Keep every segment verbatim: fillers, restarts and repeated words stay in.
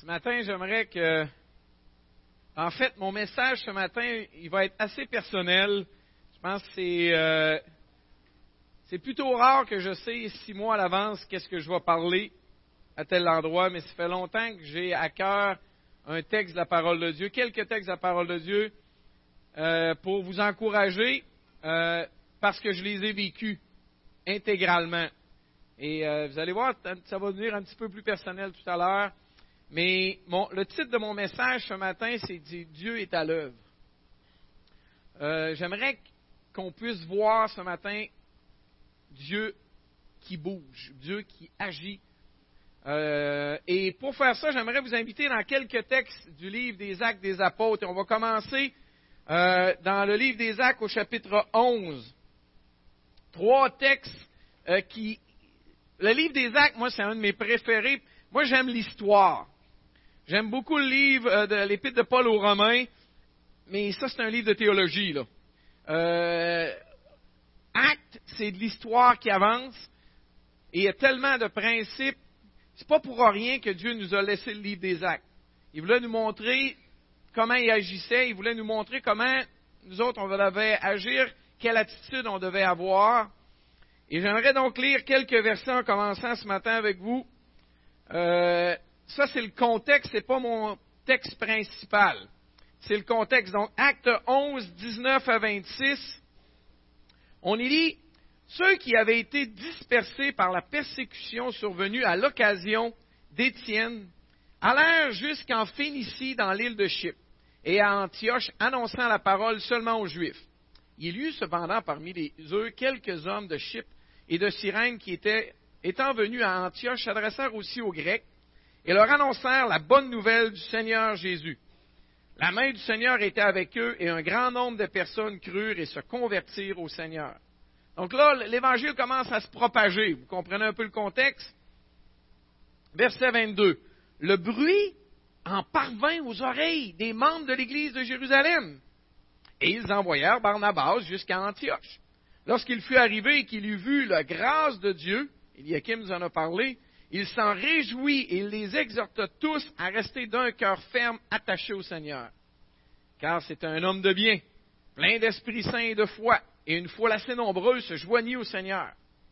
Ce matin, j'aimerais que, en fait, mon message ce matin, il va être assez personnel. Je pense que c'est, euh, c'est plutôt rare que je sais six mois à l'avance qu'est-ce que je vais parler à tel endroit, mais ça fait longtemps que j'ai à cœur un texte de la parole de Dieu, quelques textes de la parole de Dieu, euh, pour vous encourager, euh, parce que je les ai vécus intégralement. Et euh, vous allez voir, ça va devenir un petit peu plus personnel tout à l'heure. Mais mon, le titre de mon message ce matin, c'est « Dieu est à l'œuvre ». Euh, j'aimerais qu'on puisse voir ce matin Dieu qui bouge, Dieu qui agit. Euh, et pour faire ça, j'aimerais vous inviter dans quelques textes du livre des Actes des Apôtres. Et on va commencer euh, dans le livre des Actes au chapitre onze. Trois textes euh, qui... Le livre des Actes, moi, c'est un de mes préférés. Moi, j'aime l'histoire. J'aime beaucoup le livre euh, de l'Épître de Paul aux Romains, mais ça, c'est un livre de théologie, là. Euh, Actes, c'est de l'histoire qui avance, et il y a tellement de principes. C'est pas pour rien que Dieu nous a laissé le livre des Actes. Il voulait nous montrer comment il agissait, il voulait nous montrer comment nous autres, on devait agir, quelle attitude on devait avoir. Et j'aimerais donc lire quelques versets en commençant ce matin avec vous. Euh, ça, c'est le contexte, c'est pas mon texte principal. C'est le contexte. Donc, Acte onze, dix-neuf à vingt-six. On y lit « Ceux qui avaient été dispersés par la persécution survenue à l'occasion d'Étienne allèrent jusqu'en Phénicie dans l'île de Chypre et à Antioche, annonçant la parole seulement aux Juifs. Il y eut cependant parmi les eux quelques hommes de Chypre et de Cyrène qui étaient, étant venus à Antioche, s'adressèrent aussi aux Grecs et leur annoncèrent la bonne nouvelle du Seigneur Jésus. La main du Seigneur était avec eux et un grand nombre de personnes crurent et se convertirent au Seigneur. » Donc là, l'Évangile commence à se propager. Vous comprenez un peu le contexte? Verset vingt-deux. « Le bruit en parvint aux oreilles des membres de l'Église de Jérusalem. Et ils envoyèrent Barnabas jusqu'à Antioche. Lorsqu'il fut arrivé et qu'il eut vu la grâce de Dieu, Eliakim nous en a parlé, il s'en réjouit et il les exhorta tous à rester d'un cœur ferme attaché au Seigneur. Car c'est un homme de bien, plein d'Esprit Saint et de foi, et une foule assez nombreuse se joignit au Seigneur.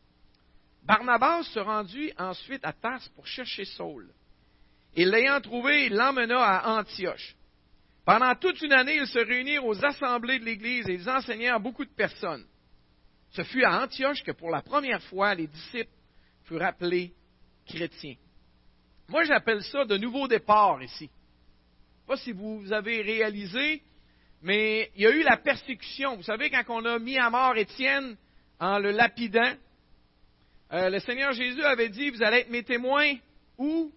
Barnabas se rendit ensuite à Tarse pour chercher Saul. Et l'ayant trouvé, il l'emmena à Antioche. Pendant toute une année, ils se réunirent aux assemblées de l'Église et ils enseignèrent beaucoup de personnes. Ce fut à Antioche que pour la première fois, les disciples furent appelés chrétiens. Moi, j'appelle ça de nouveau départ ici. Je ne sais pas si vous avez réalisé, mais il y a eu la persécution. Vous savez, quand on a mis à mort Étienne en le lapidant, euh, le Seigneur Jésus avait dit, vous allez être mes témoins où?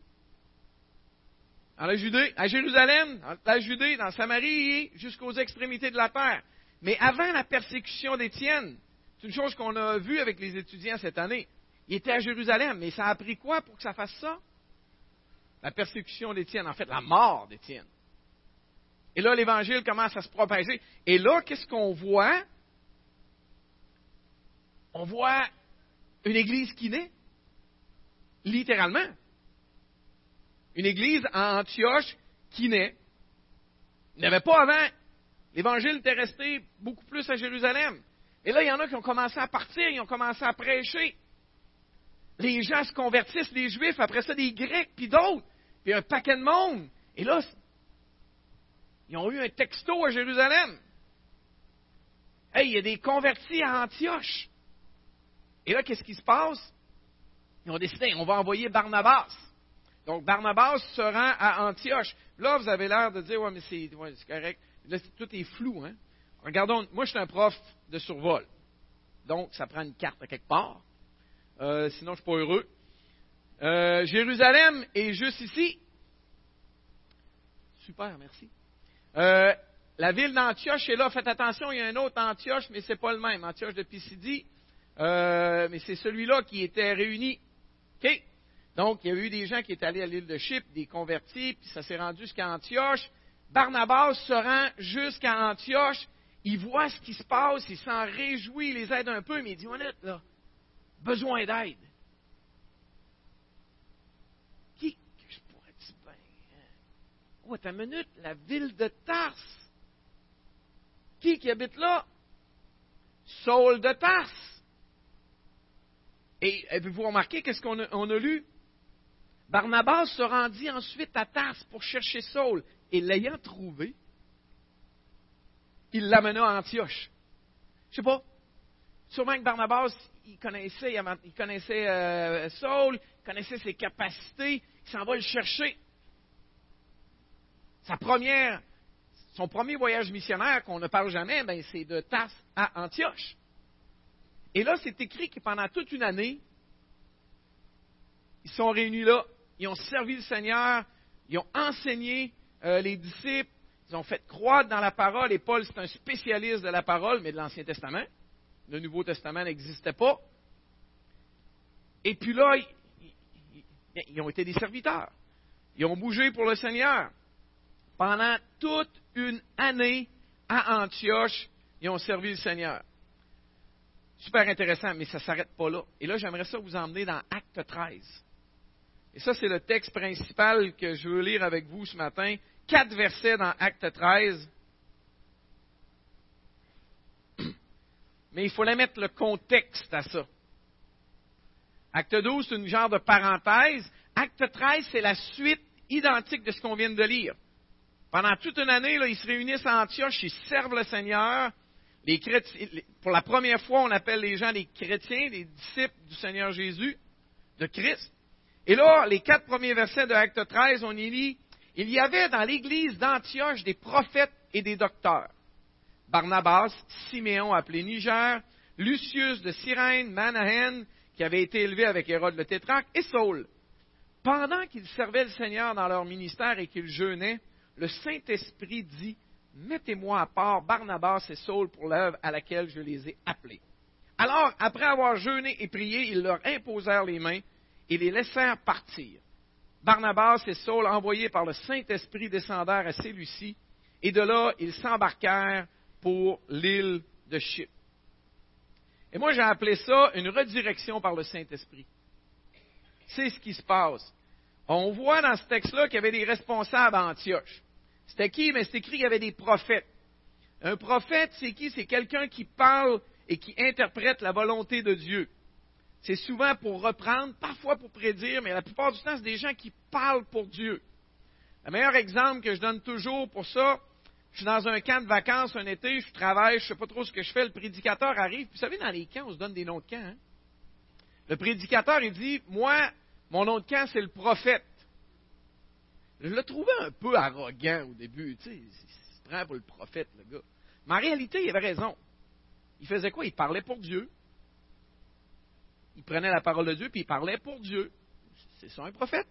Dans la Judée, à Jérusalem, dans la Judée, dans Samarie et jusqu'aux extrémités de la terre. Mais avant la persécution d'Étienne, c'est une chose qu'on a vue avec les étudiants cette année. Il était à Jérusalem, mais ça a pris quoi pour que ça fasse ça? La persécution d'Étienne, en fait, la mort d'Étienne. Et là, l'Évangile commence à se propager. Et là, qu'est-ce qu'on voit? On voit une Église qui naît, littéralement. Une Église à Antioche qui naît. Il n'y avait pas avant. L'Évangile était resté beaucoup plus à Jérusalem. Et là, il y en a qui ont commencé à partir, ils ont commencé à prêcher. Les gens se convertissent, les Juifs, après ça des Grecs, puis d'autres, puis un paquet de monde. Et là, ils ont eu un texto à Jérusalem. Hey, il y a des convertis à Antioche. Et là, qu'est-ce qui se passe? Ils ont décidé, on va envoyer Barnabas. Donc, Barnabas se rend à Antioche. Là, vous avez l'air de dire, ouais, mais c'est, ouais, c'est correct. Là, c'est, tout est flou, hein? Regardons, moi, je suis un prof de survol. Donc, ça prend une carte à quelque part. Euh, sinon, je ne suis pas heureux. Euh, Jérusalem est juste ici. Super, merci. Euh, la ville d'Antioche est là. Faites attention, il y a un autre Antioche, mais ce n'est pas le même. Antioche de Pisidie. Euh, mais c'est celui-là qui était réuni. OK? Donc, il y a eu des gens qui étaient allés à l'île de Chypre, des convertis, puis ça s'est rendu jusqu'à Antioche. Barnabas se rend jusqu'à Antioche. Il voit ce qui se passe, il s'en réjouit, il les aide un peu, mais il dit, minute, là, besoin d'aide. Qui que je pourrais dire, ben, Oh, attends une minute, la ville de Tarse. Qui qui habite là? Saul de Tarse. Et avez-vous remarqué qu'est-ce qu'on a, on a lu? Barnabas se rendit ensuite à Tarse pour chercher Saul, et l'ayant trouvé, il l'amena à Antioche. Je sais pas, sûrement que Barnabas, il connaissait, il connaissait euh, Saul, il connaissait ses capacités, il s'en va le chercher. Sa première, son premier voyage missionnaire qu'on ne parle jamais, ben, c'est de Tarse à Antioche. Et là, c'est écrit que pendant toute une année, ils sont réunis là, ils ont servi le Seigneur, ils ont enseigné euh, les disciples, ils ont fait croître dans la parole, et Paul, c'est un spécialiste de la parole, mais de l'Ancien Testament. Le Nouveau Testament n'existait pas. Et puis là, ils, ils, ils ont été des serviteurs. Ils ont bougé pour le Seigneur. Pendant toute une année, à Antioche, ils ont servi le Seigneur. Super intéressant, mais ça ne s'arrête pas là. Et là, j'aimerais ça vous emmener dans Acte treize. Et ça, c'est le texte principal que je veux lire avec vous ce matin. Quatre versets dans Acte treize. Mais il fallait mettre le contexte à ça. Acte douze, c'est une genre de parenthèse. Acte treize, c'est la suite identique de ce qu'on vient de lire. Pendant toute une année, là, ils se réunissent à Antioche, ils servent le Seigneur. Les chrétiens, pour la première fois, on appelle les gens des chrétiens, des disciples du Seigneur Jésus, de Christ. Et là, les quatre premiers versets de Acte treize, on y lit, « Il y avait dans l'église d'Antioche des prophètes et des docteurs. Barnabas, Siméon appelé Niger, Lucius de Cyrène, Manahen, qui avait été élevé avec Hérode le tétrarque, et Saul. Pendant qu'ils servaient le Seigneur dans leur ministère et qu'ils jeûnaient, le Saint-Esprit dit, « Mettez-moi à part Barnabas et Saul pour l'œuvre à laquelle je les ai appelés. » Alors, après avoir jeûné et prié, ils leur imposèrent les mains et les laissèrent partir. Barnabas et Saul, envoyés par le Saint-Esprit, descendèrent à Séleucie, et de là, ils s'embarquèrent pour l'île de Chypre. Et moi, j'ai appelé ça une redirection par le Saint-Esprit. C'est ce qui se passe. On voit dans ce texte-là qu'il y avait des responsables à Antioche. C'était qui? Mais c'est écrit qu'il y avait des prophètes. Un prophète, c'est qui? C'est quelqu'un qui parle et qui interprète la volonté de Dieu. C'est souvent pour reprendre, parfois pour prédire, mais la plupart du temps, c'est des gens qui parlent pour Dieu. Le meilleur exemple que je donne toujours pour ça, je suis dans un camp de vacances un été, je travaille, je ne sais pas trop ce que je fais, le prédicateur arrive. Vous savez, dans les camps, on se donne des noms de camps. Hein? Le prédicateur, il dit, moi, mon nom de camp, c'est le prophète. Je le trouvais un peu arrogant au début, tu sais, il se prend pour le prophète, le gars. Mais en réalité, il avait raison. Il faisait quoi? Il parlait pour Dieu. Il prenait la parole de Dieu, puis il parlait pour Dieu. C'est ça, un prophète.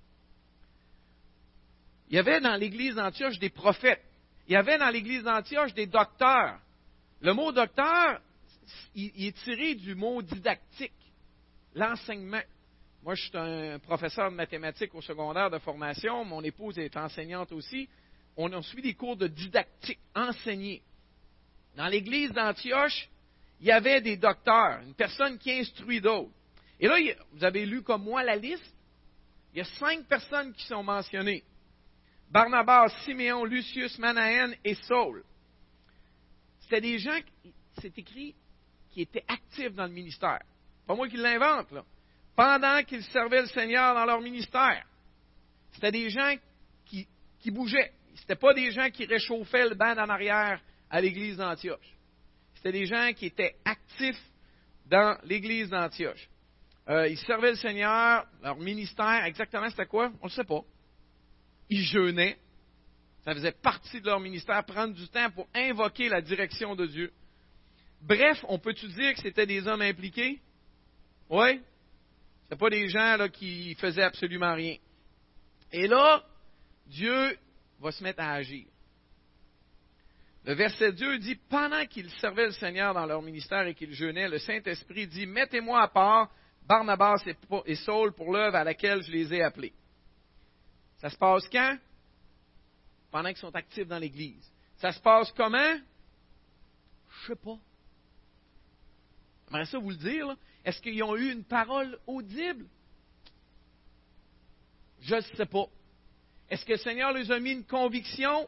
Il y avait dans l'église d'Antioche des prophètes. Il y avait dans l'église d'Antioche des docteurs. Le mot docteur, il, il est tiré du mot didactique, l'enseignement. Moi, je suis un professeur de mathématiques au secondaire de formation. Mon épouse est enseignante aussi. On a suivi des cours de didactique, enseigner. Dans l'église d'Antioche, il y avait des docteurs, une personne qui instruit d'autres. Et là, vous avez lu comme moi la liste. Il y a cinq personnes qui sont mentionnées. Barnabas, Siméon, Lucius, Manahen et Saul. C'était des gens, c'est écrit, qui étaient actifs dans le ministère. Pas moi qui l'invente, là. Pendant qu'ils servaient le Seigneur dans leur ministère. C'était des gens qui, qui bougeaient. C'était pas des gens qui réchauffaient le banc en arrière à l'église d'Antioche. C'était des gens qui étaient actifs dans l'église d'Antioche. Euh, ils servaient le Seigneur, leur ministère, exactement c'était quoi? On ne le sait pas. Ils jeûnaient. Ça faisait partie de leur ministère, prendre du temps pour invoquer la direction de Dieu. Bref, on peut-tu dire que c'était des hommes impliqués? Oui. Ce pas des gens là, qui faisaient absolument rien. Et là, Dieu va se mettre à agir. Le verset deux dit, « Pendant qu'ils servaient le Seigneur dans leur ministère et qu'ils jeûnaient, le Saint-Esprit dit, « Mettez-moi à part Barnabas et Saul pour l'œuvre à laquelle je les ai appelés. » Ça se passe quand? Pendant qu'ils sont actifs dans l'Église. Ça se passe comment? Je ne sais pas. J'aimerais ça vous le dire. Là. Est-ce qu'ils ont eu une parole audible? Je ne sais pas. Est-ce que le Seigneur les a mis une conviction?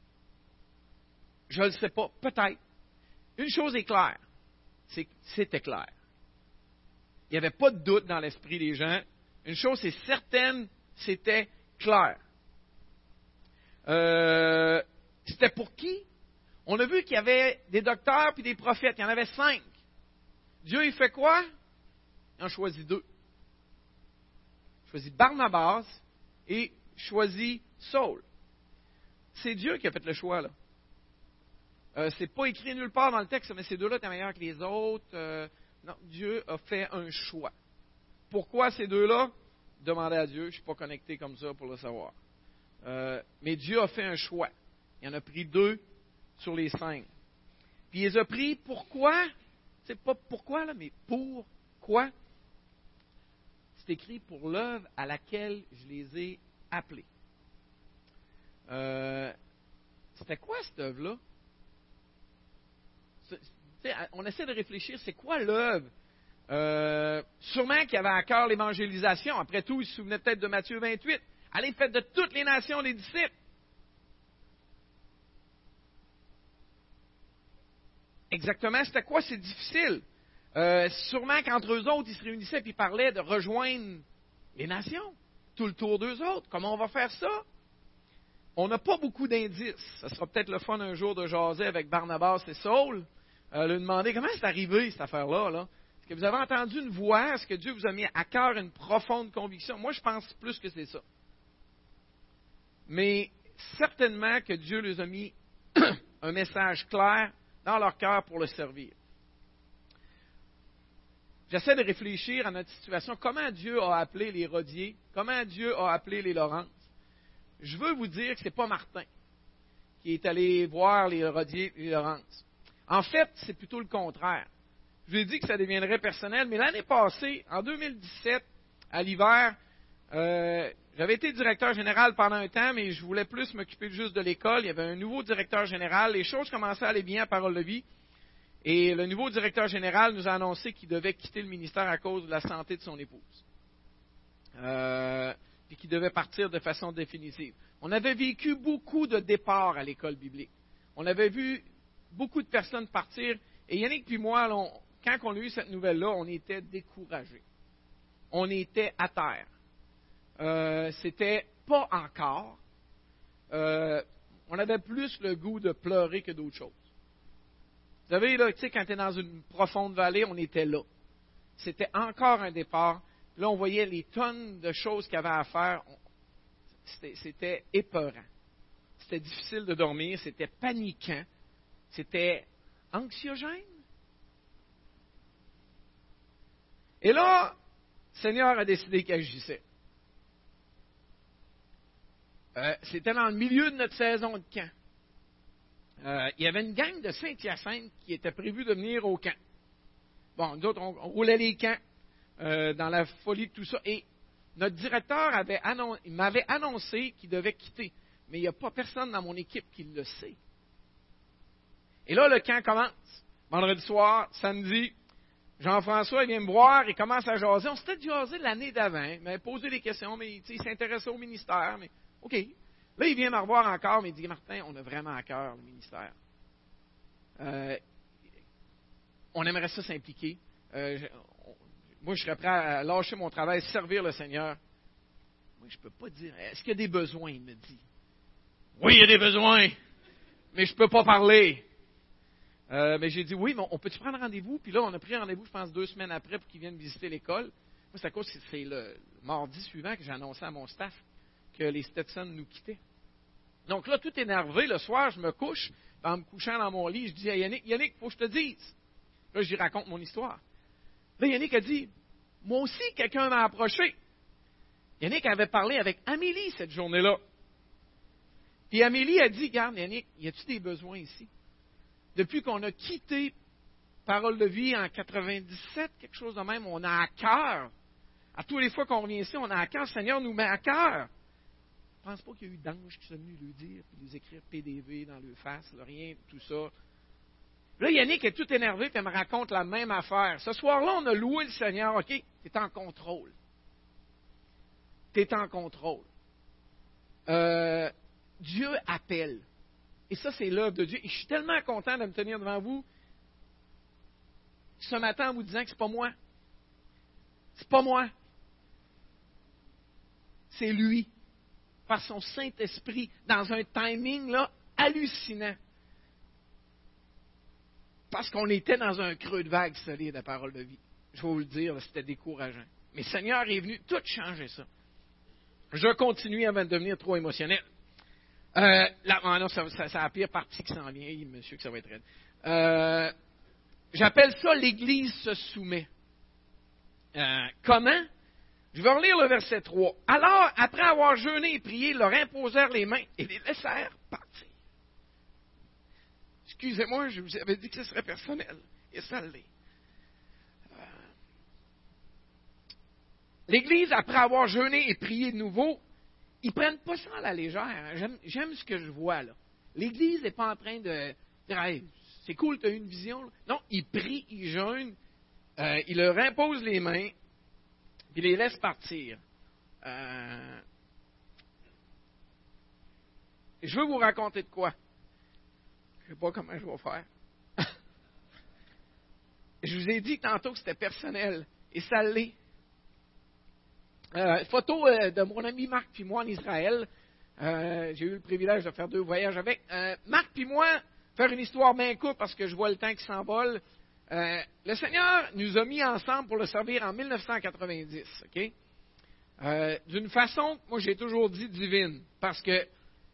Je ne le sais pas, peut-être. Une chose est claire, c'est que c'était clair. Il n'y avait pas de doute dans l'esprit des gens. Une chose est certaine, c'était clair. Euh, c'était pour qui? On a vu qu'il y avait des docteurs puis des prophètes. Il y en avait cinq. Dieu, il fait quoi? Il en choisit deux. Il choisit Barnabas et choisit Saul. C'est Dieu qui a fait le choix, là. Euh, c'est pas écrit nulle part dans le texte, mais ces deux-là étaient meilleurs que les autres. Euh, non, Dieu a fait un choix. Pourquoi ces deux-là? Demandez à Dieu, je ne suis pas connecté comme ça pour le savoir. Euh, mais Dieu a fait un choix. Il en a pris deux sur les cinq. Puis il les a pris pourquoi? C'est pas pourquoi, là, mais pourquoi? C'est écrit pour l'œuvre à laquelle je les ai appelés. Euh, c'était quoi cette œuvre-là? On essaie de réfléchir, c'est quoi l'œuvre? Euh, sûrement qu'il y avait à cœur l'évangélisation. Après tout, il se souvenait peut-être de Matthieu vingt-huit. Allez, faites de toutes les nations des disciples. Exactement, c'était quoi? C'est difficile. Euh, sûrement qu'entre eux autres, ils se réunissaient et ils parlaient de rejoindre les nations. Tout le tour d'eux autres. Comment on va faire ça? On n'a pas beaucoup d'indices. Ça sera peut-être le fun un jour de jaser avec Barnabas et Saul. Euh, lui demander comment c'est arrivé cette affaire-là. Là? Est-ce que vous avez entendu une voix? Est-ce que Dieu vous a mis à cœur une profonde conviction? Moi, je pense plus que c'est ça. Mais certainement que Dieu les a mis un message clair dans leur cœur pour le servir. J'essaie de réfléchir à notre situation. Comment Dieu a appelé les Rodiers? Comment Dieu a appelé les Laurence? Je veux vous dire que ce n'est pas Martin qui est allé voir les Rodiers et les Laurence. En fait, c'est plutôt le contraire. Je vous ai dit que ça deviendrait personnel, mais l'année passée, en deux mille dix-sept, à l'hiver, euh, j'avais été directeur général pendant un temps, mais je voulais plus m'occuper juste de l'école. Il y avait un nouveau directeur général. Les choses commençaient à aller bien à Parole de vie. Et le nouveau directeur général nous a annoncé qu'il devait quitter le ministère à cause de la santé de son épouse. Euh, puis qu'il devait partir de façon définitive. On avait vécu beaucoup de départs à l'école biblique. On avait vu beaucoup de personnes partir. Et Yannick puis moi, là, on, quand on a eu cette nouvelle-là, on était découragés. On était à terre. Euh, c'était pas encore. Euh, on avait plus le goût de pleurer que d'autres choses. Vous savez, là, tu sais, quand tu es dans une profonde vallée, on était là. C'était encore un départ. Là, on voyait les tonnes de choses qu'il y avait à faire. C'était, c'était épeurant. C'était difficile de dormir. C'était paniquant. C'était anxiogène. Et là, le Seigneur a décidé qu'il agissait. Euh, c'était dans le milieu de notre saison de camp. Euh, il y avait une gang de Saint-Hyacinthe qui était prévue de venir au camp. Bon, nous autres, on, on roulait les camps euh, dans la folie de tout ça. Et notre directeur avait annon- il m'avait annoncé qu'il devait quitter. Mais il n'y a pas personne dans mon équipe qui le sait. Et là, le camp commence. Vendredi soir, samedi, Jean-François il vient me voir, il commence à jaser. On s'était jasé l'année d'avant, il m'avait posé des questions, mais il s'intéressait au ministère. Mais OK. Là, il vient me revoir encore, mais il dit, Martin, on a vraiment à cœur le ministère. Euh, on aimerait ça s'impliquer. Euh, je, on, moi, je serais prêt à lâcher mon travail, servir le Seigneur. Moi, je ne peux pas dire, est-ce qu'il y a des besoins, il me dit. Oui, il y a des besoins, mais je ne peux pas parler. Euh, mais j'ai dit, oui, mais on peut-tu prendre rendez-vous? Puis là, on a pris rendez-vous, je pense, deux semaines après pour qu'ils viennent visiter l'école. Moi, c'est à cause que c'est le mardi suivant que j'ai annoncé à mon staff que les Stetson nous quittaient. Donc là, tout énervé, le soir, je me couche, en me couchant dans mon lit, je dis à Yannick, Yannick, il faut que je te dise. Là, j'y raconte mon histoire. Là, Yannick a dit, moi aussi, quelqu'un m'a approché. Yannick avait parlé avec Amélie cette journée-là. Puis Amélie a dit, regarde, Yannick, y a-t-il des besoins ici? Depuis qu'on a quitté Parole de vie en quatre-vingt-dix-sept, quelque chose de même, on a à cœur. À tous les fois qu'on revient ici, on a à cœur, le Seigneur nous met à cœur. Je ne pense pas qu'il y a eu d'anges qui sont venus lui dire, puis lui écrire P D V dans leur face, là, rien, tout ça. Là, Yannick est tout énervé, puis elle me raconte la même affaire. Ce soir-là, on a loué le Seigneur. OK, tu es en contrôle. Tu es en contrôle. euh, Dieu appelle. Et ça, c'est l'œuvre de Dieu. Et je suis tellement content de me tenir devant vous ce matin en vous disant que c'est pas moi. C'est pas moi. C'est lui. Par son Saint-Esprit, dans un timing là, hallucinant. Parce qu'on était dans un creux de vague solide à parole de vie. Je vais vous le dire, c'était décourageant. Mais le Seigneur est venu tout changer ça. Je continue avant de devenir trop émotionnel. Euh, là, oh non, ça, ça, c'est la pire partie qui s'en vient, monsieur, que ça va être raide. Euh, j'appelle ça l'Église se soumet. Euh, comment? Je vais relire le verset trois. Alors, après avoir jeûné et prié, ils leur imposèrent les mains et les laissèrent partir. Excusez-moi, je vous avais dit que ce serait personnel. Et ça l'est. Euh, L'Église, après avoir jeûné et prié de nouveau, ils ne prennent pas ça à la légère. J'aime, j'aime ce que je vois là. L'Église n'est pas en train de dire hey, c'est cool, tu as eu une vision. Là. Non, ils prient, ils jeûnent, euh, ils leur imposent les mains, puis les laissent partir. Euh, je veux vous raconter de quoi. Je ne sais pas comment je vais faire. Je vous ai dit tantôt que c'était personnel, et ça l'est. Euh, photo euh, de mon ami Marc puis moi en Israël. Euh, j'ai eu le privilège de faire deux voyages avec. Euh, Marc puis moi, faire une histoire bien courte parce que je vois le temps qui s'envole. Euh, le Seigneur nous a mis ensemble pour le servir en dix-neuf cent quatre-vingt-dix. Okay? Euh, d'une façon, moi j'ai toujours dit divine, parce que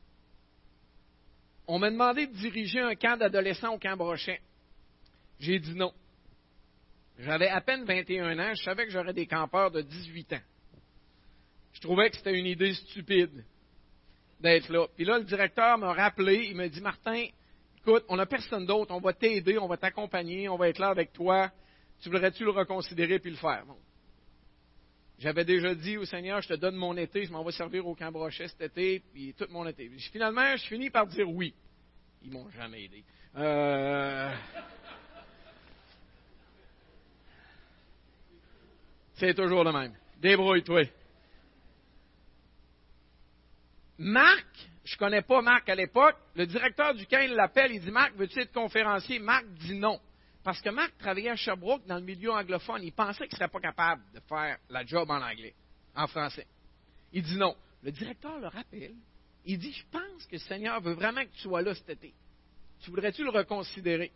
on m'a demandé de diriger un camp d'adolescents au camp Brochet. J'ai dit non. J'avais à peine vingt et un ans, je savais que j'aurais des campeurs de dix-huit ans. Je trouvais que c'était une idée stupide d'être là. Puis là, le directeur m'a rappelé, il m'a dit, Martin, écoute, on n'a personne d'autre, on va t'aider, on va t'accompagner, on va être là avec toi. Tu voudrais-tu le reconsidérer puis le faire? Bon. J'avais déjà dit au Seigneur, je te donne mon été, je m'en vais servir au camp Brochet cet été, puis tout mon été. Puis finalement, je finis par dire oui. Ils m'ont jamais aidé. Euh... C'est toujours le même. Débrouille-toi. Marc, je ne connais pas Marc à l'époque, le directeur du camp, il l'appelle, il dit, Marc, veux-tu être conférencier? Marc dit non. Parce que Marc travaillait à Sherbrooke dans le milieu anglophone. Il pensait qu'il ne serait pas capable de faire la job en anglais, en français. Il dit non. Le directeur le rappelle. Il dit, je pense que le Seigneur veut vraiment que tu sois là cet été. Tu voudrais-tu le reconsidérer?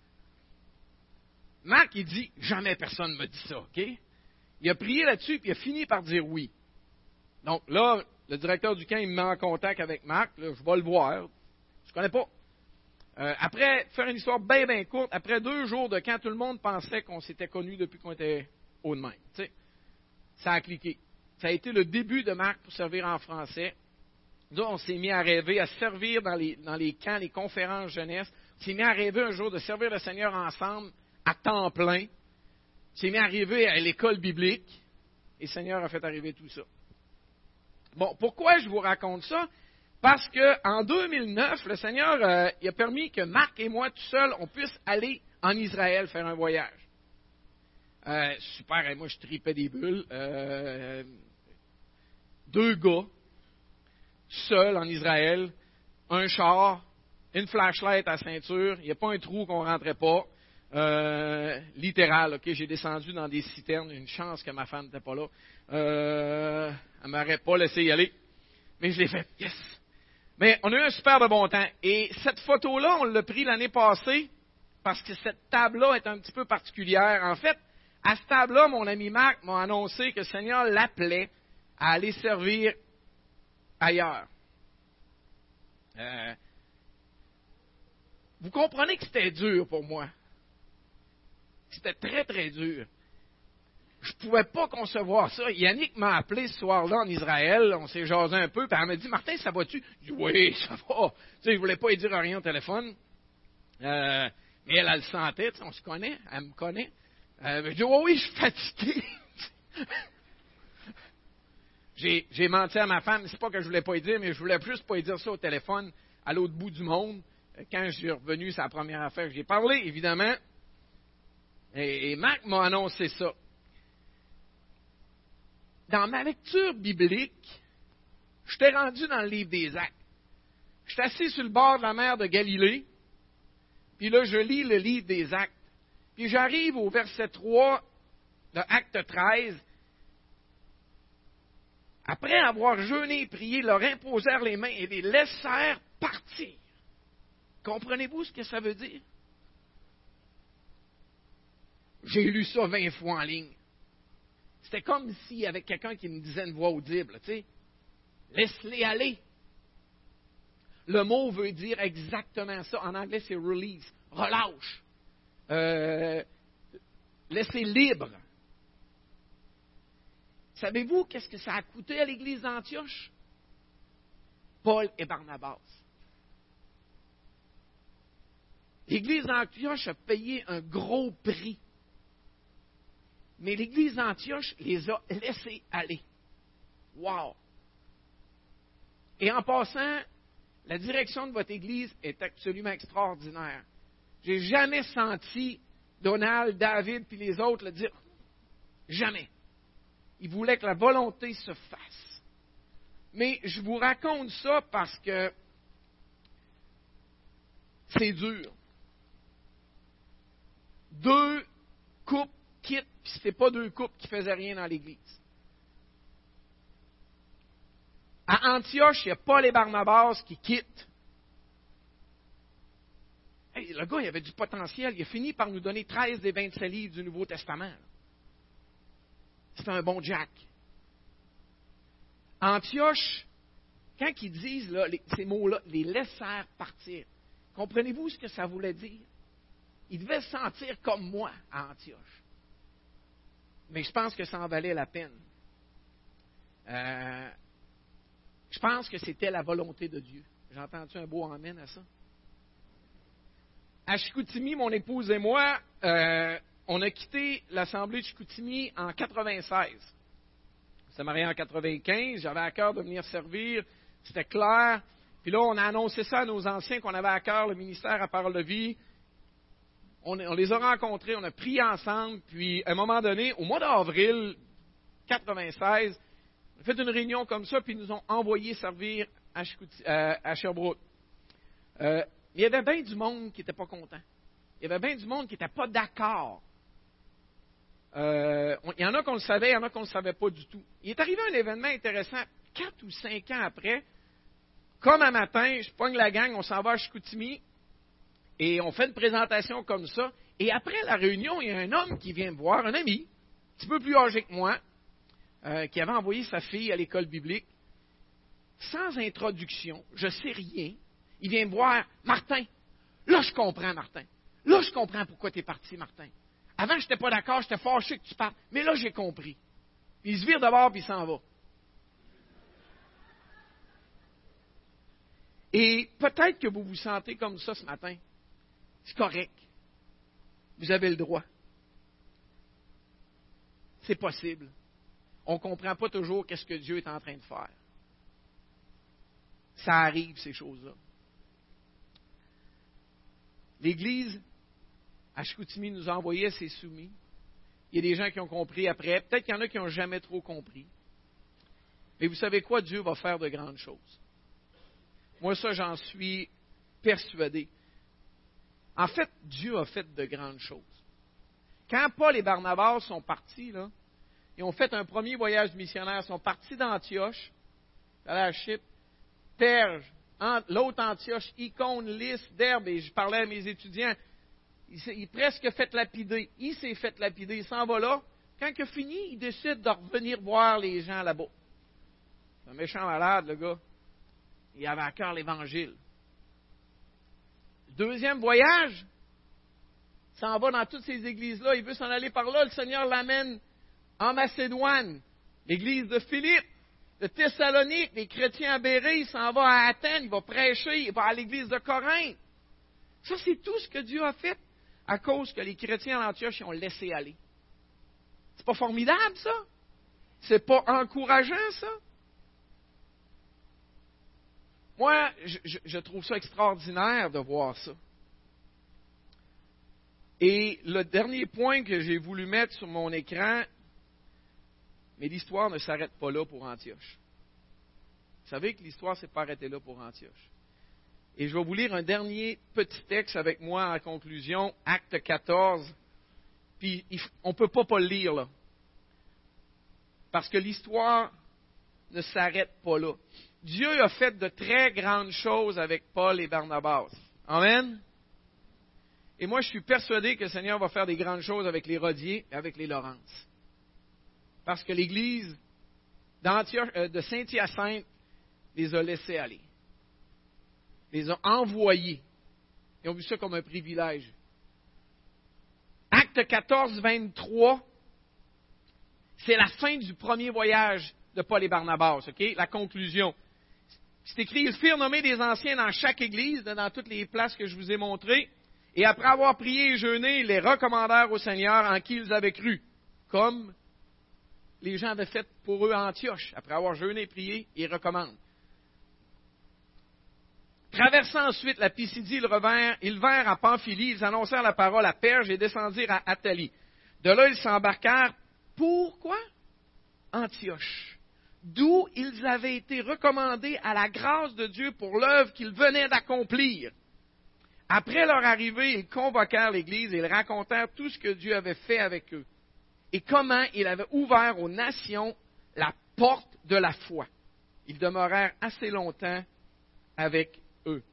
Marc, il dit, jamais personne ne me dit ça, OK? Il a prié là-dessus, puis il a fini par dire oui. Donc là, le directeur du camp, il me met en contact avec Marc. Là, je vais le voir. Je ne connais pas. Euh, après, faire une histoire bien, bien courte, après deux jours de camp, tout le monde pensait qu'on s'était connus depuis qu'on était haut de même. Tu sais, ça a cliqué. Ça a été le début de Marc pour servir en français. Nous, on s'est mis à rêver, à servir dans les, dans les camps, les conférences jeunesse. On s'est mis à rêver un jour de servir le Seigneur ensemble à temps plein. On s'est mis à rêver à l'école biblique. Et le Seigneur a fait arriver tout ça. Bon, pourquoi je vous raconte ça? Parce qu'en deux mille neuf, le Seigneur euh, il a permis que Marc et moi, tout seuls, on puisse aller en Israël faire un voyage. Euh, super, et moi je tripais des bulles. Euh, deux gars, seuls en Israël, un char, une flashlight à ceinture, il n'y a pas un trou qu'on ne rentrait pas. Euh, littéral, ok, j'ai descendu dans des citernes, une chance que ma femme n'était pas là. Euh, elle ne m'aurait pas laissé y aller. Mais je l'ai fait, yes! Mais on a eu un super de bon temps. Et cette photo-là, on l'a prise l'année passée parce que cette table-là est un petit peu particulière. En fait, à cette table-là, mon ami Marc m'a annoncé que le Seigneur l'appelait à aller servir ailleurs. Euh, vous comprenez que c'était dur pour moi. C'était très, très dur. Je ne pouvais pas concevoir ça. Yannick m'a appelé ce soir-là en Israël. On s'est jasé un peu. Puis elle m'a dit, Martin, ça va-tu? Je dis, oui, ça va. Tu sais, je ne voulais pas lui dire rien au téléphone. Euh, mais elle, elle le sentait. Tu sais, on se connaît. Elle me connaît. Euh, je dis, oui, oui, je suis fatigué. j'ai, j'ai menti à ma femme. C'est pas que je ne voulais pas lui dire, mais je voulais juste pas lui dire ça au téléphone à l'autre bout du monde. Quand je suis revenu, c'est la première affaire que j'ai parlé, évidemment. Et, et Marc m'a annoncé ça. Dans ma lecture biblique, J'étais rendu dans le livre des Actes. J'étais assis sur le bord de la mer de Galilée, puis là, je lis le livre des Actes. Puis j'arrive au verset trois de Acte treize. Après avoir jeûné et prié, leur imposèrent les mains et les laissèrent partir. Comprenez-vous ce que ça veut dire? J'ai lu ça vingt fois en ligne. C'était comme s'il y avait quelqu'un qui me disait une voix audible, tu sais. Laisse-les aller. Le mot veut dire exactement ça. En anglais, c'est release, relâche, euh, laisser libre. Savez-vous qu'est-ce que ça a coûté à l'Église d'Antioche? Paul et Barnabas. L'Église d'Antioche a payé un gros prix. Mais l'Église d'Antioche les a laissés aller. Wow! Et en passant, la direction de votre Église est absolument extraordinaire. Je n'ai jamais senti Donald, David puis les autres le dire. Jamais. Ils voulaient que la volonté se fasse. Mais je vous raconte ça parce que c'est dur. Deux couples quittent, puis ce n'est pas deux couples qui ne faisaient rien dans l'Église. À Antioche, il n'y a pas les Barnabas qui quittent. Hey, le gars, il avait du potentiel. Il a fini par nous donner treize des vingt-sept livres du Nouveau Testament. C'est un bon Jack. Antioche, quand ils disent là, les, ces mots-là, les laissèrent partir, comprenez-vous ce que ça voulait dire? Ils devaient se sentir comme moi à Antioche. Mais je pense que ça en valait la peine. Euh, je pense que c'était la volonté de Dieu. J'ai entendu un beau amen à ça. À Chicoutimi, mon épouse et moi, euh, on a quitté l'Assemblée de Chicoutimi en quatre-vingt-seize. On s'est marié en quatre-vingt-quinze, j'avais à cœur de venir servir, c'était clair. Puis là, on a annoncé ça à nos anciens qu'on avait à cœur le ministère à Parole de Vie. On, on les a rencontrés, on a prié ensemble, puis à un moment donné, au mois d'avril quatre-vingt-seize, on a fait une réunion comme ça, puis ils nous ont envoyés servir à, Chicoutimi, euh, à Sherbrooke. Euh, il y avait bien du monde qui n'était pas content. Il y avait bien du monde qui n'était pas d'accord. Euh, on, il y en a qu'on le savait, il y en a qu'on ne le savait pas du tout. Il est arrivé un événement intéressant, quatre ou cinq ans après. Comme un matin, je pogne la gang, on s'en va à Chicoutimi, et on fait une présentation comme ça. Et après la réunion, il y a un homme qui vient me voir, un ami, un petit peu plus âgé que moi, euh, qui avait envoyé sa fille à l'école biblique, sans introduction, je ne sais rien. Il vient me voir, Martin, là je comprends, Martin. Là je comprends pourquoi tu es parti, Martin. Avant, je n'étais pas d'accord, j'étais fâché que tu partes, mais là j'ai compris. Puis il se vire de bord, puis il s'en va. Et peut-être que vous vous sentez comme ça ce matin. C'est correct. Vous avez le droit. C'est possible. On ne comprend pas toujours qu'est-ce que Dieu est en train de faire. Ça arrive, ces choses-là. L'Église, à Chicoutimi, nous a envoyé ses soumis. Il y a des gens qui ont compris après. Peut-être qu'il y en a qui n'ont jamais trop compris. Mais vous savez quoi? Dieu va faire de grandes choses. Moi, ça, j'en suis persuadé. En fait, Dieu a fait de grandes choses. Quand Paul et Barnabas sont partis, là, ils ont fait un premier voyage missionnaire. Ils sont partis d'Antioche, à la Chypre, Perge, l'autre Antioche, Icône, Lys, Derbe, et je parlais à mes étudiants, il, il presque fait lapider. Il s'est fait lapider, il s'en va là. Quand il a fini, il décide de revenir voir les gens là-bas. C'est un méchant malade, le gars. Il avait à cœur l'Évangile. Le deuxième voyage, il s'en va dans toutes ces églises-là. Il veut s'en aller par là. Le Seigneur l'amène en Macédoine, l'église de Philippe, de Thessalonique, les chrétiens à Bérée. Il s'en va à Athènes, il va prêcher, il va à l'église de Corinthe. Ça, c'est tout ce que Dieu a fait à cause que les chrétiens en Antioche ils ont laissé aller. C'est pas formidable, ça? C'est pas encourageant, ça? Moi, je, je, je trouve ça extraordinaire de voir ça. Et le dernier point que j'ai voulu mettre sur mon écran, mais l'histoire ne s'arrête pas là pour Antioche. savez que l'histoire ne s'est pas arrêtée là pour Antioche. Et je vais vous lire un dernier petit texte avec moi en conclusion, Acte quatorze. Puis on ne peut pas pas le lire là. Parce que l'histoire ne s'arrête pas là. Dieu a fait de très grandes choses avec Paul et Barnabas. Amen. Et moi, je suis persuadé que le Seigneur va faire des grandes choses avec les Rodiers et avec les Laurence. Parce que l'Église d'Antioche, de Saint-Hyacinthe les a laissés aller. Les a envoyés. Ils ont vu ça comme un privilège. Acte quatorze, vingt-trois, c'est la fin du premier voyage de Paul et Barnabas, ok? La conclusion. C'est écrit, ils firent nommer des anciens dans chaque église, dans toutes les places que je vous ai montrées, et après avoir prié et jeûné, ils les recommandèrent au Seigneur en qui ils avaient cru, comme les gens avaient fait pour eux à Antioche. Après avoir jeûné et prié, ils recommandent. Traversant ensuite la Pisidie, ils revinrent, ils vinrent à Pamphylie, ils annoncèrent la parole à Perge et descendirent à Attalie. De là, ils s'embarquèrent. Pourquoi? Antioche, d'où ils avaient été recommandés à la grâce de Dieu pour l'œuvre qu'ils venaient d'accomplir. Après leur arrivée, ils convoquèrent l'Église et ils racontèrent tout ce que Dieu avait fait avec eux et comment il avait ouvert aux nations la porte de la foi. Ils demeurèrent assez longtemps avec eux.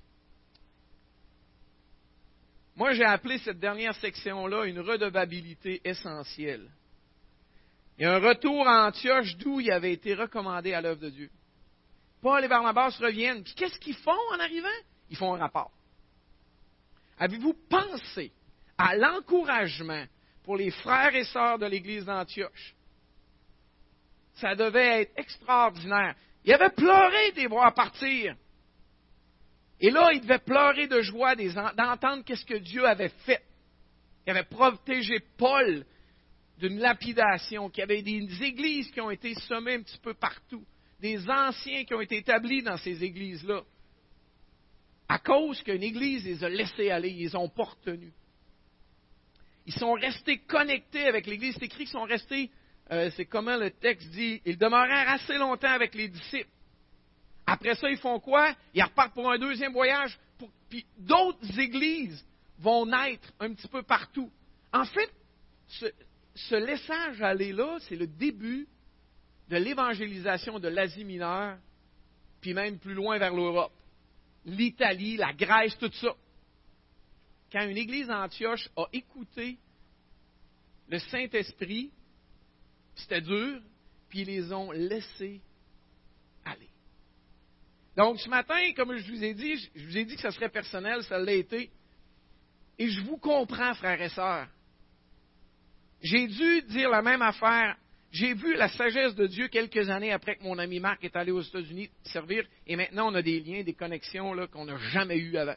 Moi, j'ai appelé cette dernière section-là une redevabilité essentielle. Il y a un retour à Antioche d'où il avait été recommandé à l'œuvre de Dieu. Paul et Barnabas reviennent. Puis qu'est-ce qu'ils font en arrivant? Ils font un rapport. Avez-vous pensé à l'encouragement pour les frères et sœurs de l'Église d'Antioche? Ça devait être extraordinaire. Ils avaient pleuré de les voir partir. Et là, ils devaient pleurer de joie d'entendre qu'est-ce que Dieu avait fait. Il avait protégé Paul d'une lapidation, qu'il y avait des églises qui ont été semées un petit peu partout, des anciens qui ont été établis dans ces églises-là, à cause qu'une église les a laissés aller, ils les ont pas retenus. Ils sont restés connectés avec l'église. C'est écrit qu'ils sont restés, euh, c'est comment le texte dit, ils demeurèrent assez longtemps avec les disciples. Après ça, ils font quoi? Ils repartent pour un deuxième voyage, pour, puis d'autres églises vont naître un petit peu partout. En fait, ce, ce laissage aller-là, c'est le début de l'évangélisation de l'Asie mineure, puis même plus loin vers l'Europe. L'Italie, la Grèce, tout ça. Quand une église d'Antioche a écouté le Saint-Esprit, c'était dur, puis ils les ont laissés aller. Donc, ce matin, comme je vous ai dit, je vous ai dit que ça serait personnel, ça l'a été. Et je vous comprends, frères et sœurs. J'ai dû dire la même affaire. J'ai vu la sagesse de Dieu quelques années après que mon ami Marc est allé aux États-Unis servir, et maintenant on a des liens, des connexions là, qu'on n'a jamais eues avant.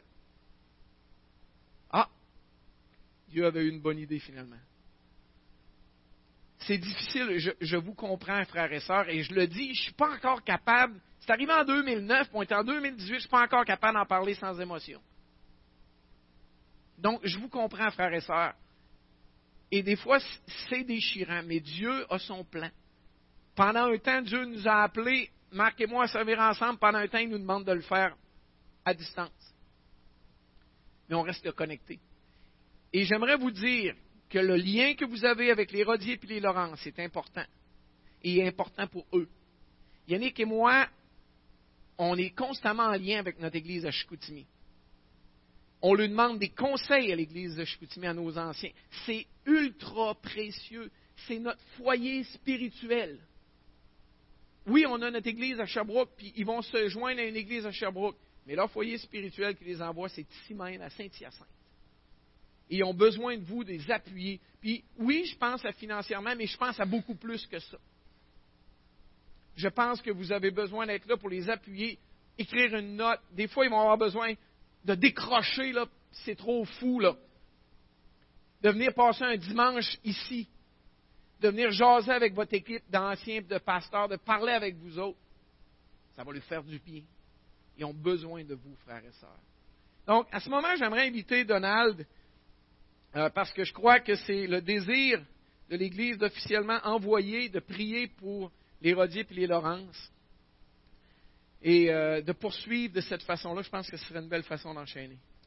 Ah, Dieu avait eu une bonne idée finalement. C'est difficile, je, je vous comprends, frères et sœurs, et je le dis, je ne suis pas encore capable. C'est arrivé en deux mille neuf, puis on est en deux mille dix-huit, je ne suis pas encore capable d'en parler sans émotion. Donc, je vous comprends, frères et sœurs. Et des fois, c'est déchirant, mais Dieu a son plan. Pendant un temps, Dieu nous a appelés, Marc et moi, à servir ensemble. Pendant un temps, il nous demande de le faire à distance. Mais on reste connectés. Et j'aimerais vous dire que le lien que vous avez avec les Rodiers et les Laurence, c'est important. Et est important pour eux. Yannick et moi, on est constamment en lien avec notre Église à Chicoutimi. On lui demande des conseils à l'Église de Chicoutimi, à nos anciens. C'est ultra précieux. C'est notre foyer spirituel. Oui, on a notre Église à Sherbrooke, puis ils vont se joindre à une Église à Sherbrooke. Mais leur foyer spirituel qui les envoie, c'est ici même, à Saint-Hyacinthe. Et ils ont besoin de vous, de les appuyer. Puis oui, je pense à financièrement, mais je pense à beaucoup plus que ça. Je pense que vous avez besoin d'être là pour les appuyer, écrire une note. Des fois, ils vont avoir besoin de décrocher, là, c'est trop fou, là. De venir passer un dimanche ici. De venir jaser avec votre équipe d'anciens et de pasteurs, de parler avec vous autres. Ça va lui faire du bien. Ils ont besoin de vous, frères et sœurs. Donc, à ce moment, j'aimerais inviter Donald, euh, parce que je crois que c'est le désir de l'Église d'officiellement envoyer, de prier pour les Rodiers et les Laurence. et euh, de poursuivre de cette façon-là, je pense que ce serait une belle façon d'enchaîner.